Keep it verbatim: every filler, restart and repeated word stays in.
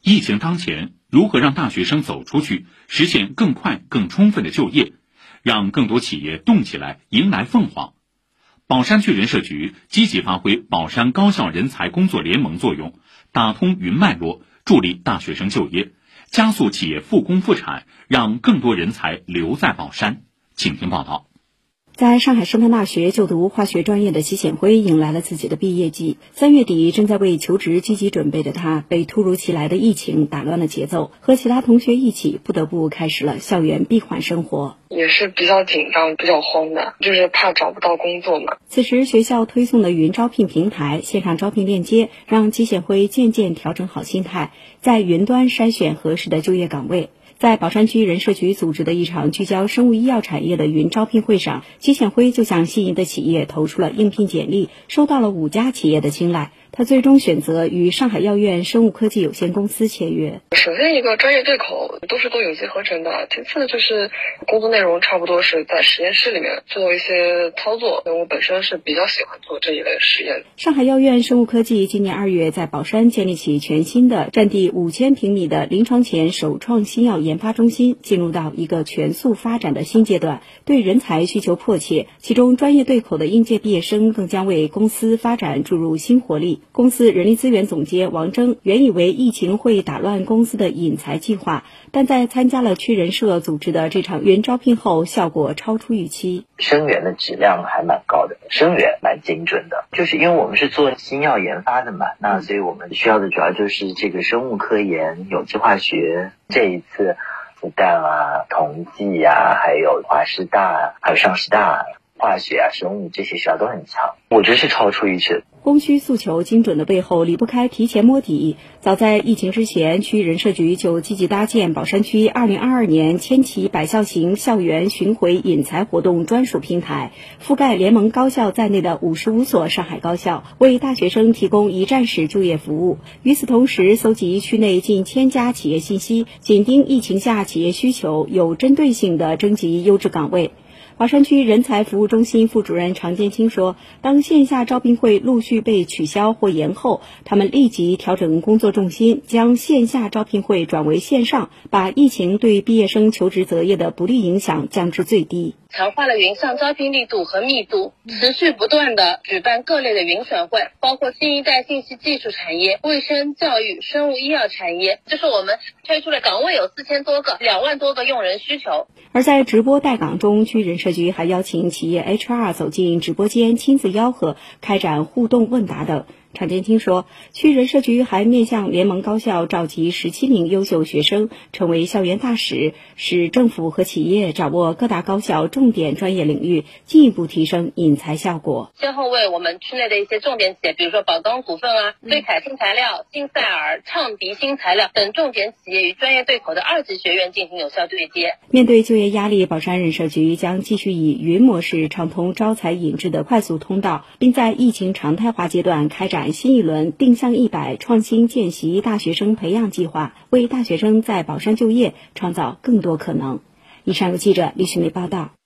疫情当前，如何让大学生走出去，实现更快、更充分的就业，让更多企业动起来，迎来凤凰？宝山区人社局积极发挥宝山高校人才工作联盟作用，打通云脉络，助力大学生就业，加速企业复工复产，让更多人才留在宝山。请听报道。 在上海师范大学就读化学专业的齐显辉迎来了自己的毕业季。三月底，正在为求职积极准备的他，被突如其来的疫情打乱了节奏，和其他同学一起不得不开始了校园闭环生活。 也是比较紧张，比较慌的，就是怕找不到工作嘛。 此时，学校推送的云招聘平台线上招聘链接，让齐显辉渐渐调整好心态，在云端筛选合适的就业岗位。在宝山区人社局组织的一场聚焦生物医药产业的云招聘会上，齐显辉就向心仪的企业投出了应聘简历，收到了五家企业的青睐。他最终选择与上海药院生物科技有限公司签约。 首先一个专业对口，都是都有机合成的。其次就是工作内容差不多是在实验室里面做一些操作，我本身是比较喜欢做这一类实验。 上海药院生物科技今年二月在宝山建立起全新的占地五千平米的临床前首创新药研发中心，进入到一个全速发展的新阶段，对人才需求迫切。其中专业对口的应届毕业生更将为公司发展注入新活力。公司人力资源总监王征原以为疫情会打乱公司的引才计划，但在参加了区人社组织的这场云招聘后，效果超出预期。 生源的质量还蛮高的，生源蛮精准的，就是因为我们是做新药研发的嘛，那所以我们需要的主要就是这个生物科研、有机化学。这一次复旦啊、同济啊，还有华师大、还有上师大、化学啊、生物这些学校都很强，我觉得是超出预期的。 供需诉求精准的背后离不开提前摸底。早在疫情之前，区人社局就积极搭建宝山区二零二二年千禧百校型校园巡回引才活动专属平台，覆盖联盟高校在内的五十五所上海高校，为大学生提供一站式就业服务。与此同时，搜集区内近千家企业信息，紧盯疫情下企业需求，有针对性地征集优质岗位。宝山区人才服务中心副主任常建清说，当线下招聘会陆续被取消或延后，他们立即调整工作重心，将线下招聘会转为线上，把疫情对毕业生求职择业的不利影响降至最低。 强化了云上招聘力度和密度，持续不断的举办各类的云选会，包括新一代信息技术产业、卫生教育、生物医药产业，就是我们推出的岗位有四千多个，两万多个用人需求。 而在直播带岗中，区人社局还邀请企业 H R 走进直播间亲自吆喝，开展互动问答等。常建清说，区人社局还面向联盟高校召集十七名优秀学生，成为校园大使，使政府和企业掌握各大高校重点专业领域，进一步提升引才效果。 先后为我们区内的一些重点企业，比如说宝钢股份啊、瑞凯新材料、新赛尔、畅迪新材料等重点企业与专业对口的二级学院进行有效对接。 面对就业压力，宝山人社局将继续以云模式畅通招才引智的快速通道，并在疫情常态化阶段开展新一轮定向一百创新见习大学生培养计划，为大学生在宝山就业创造更多可能。以上由记者李雪梅报道。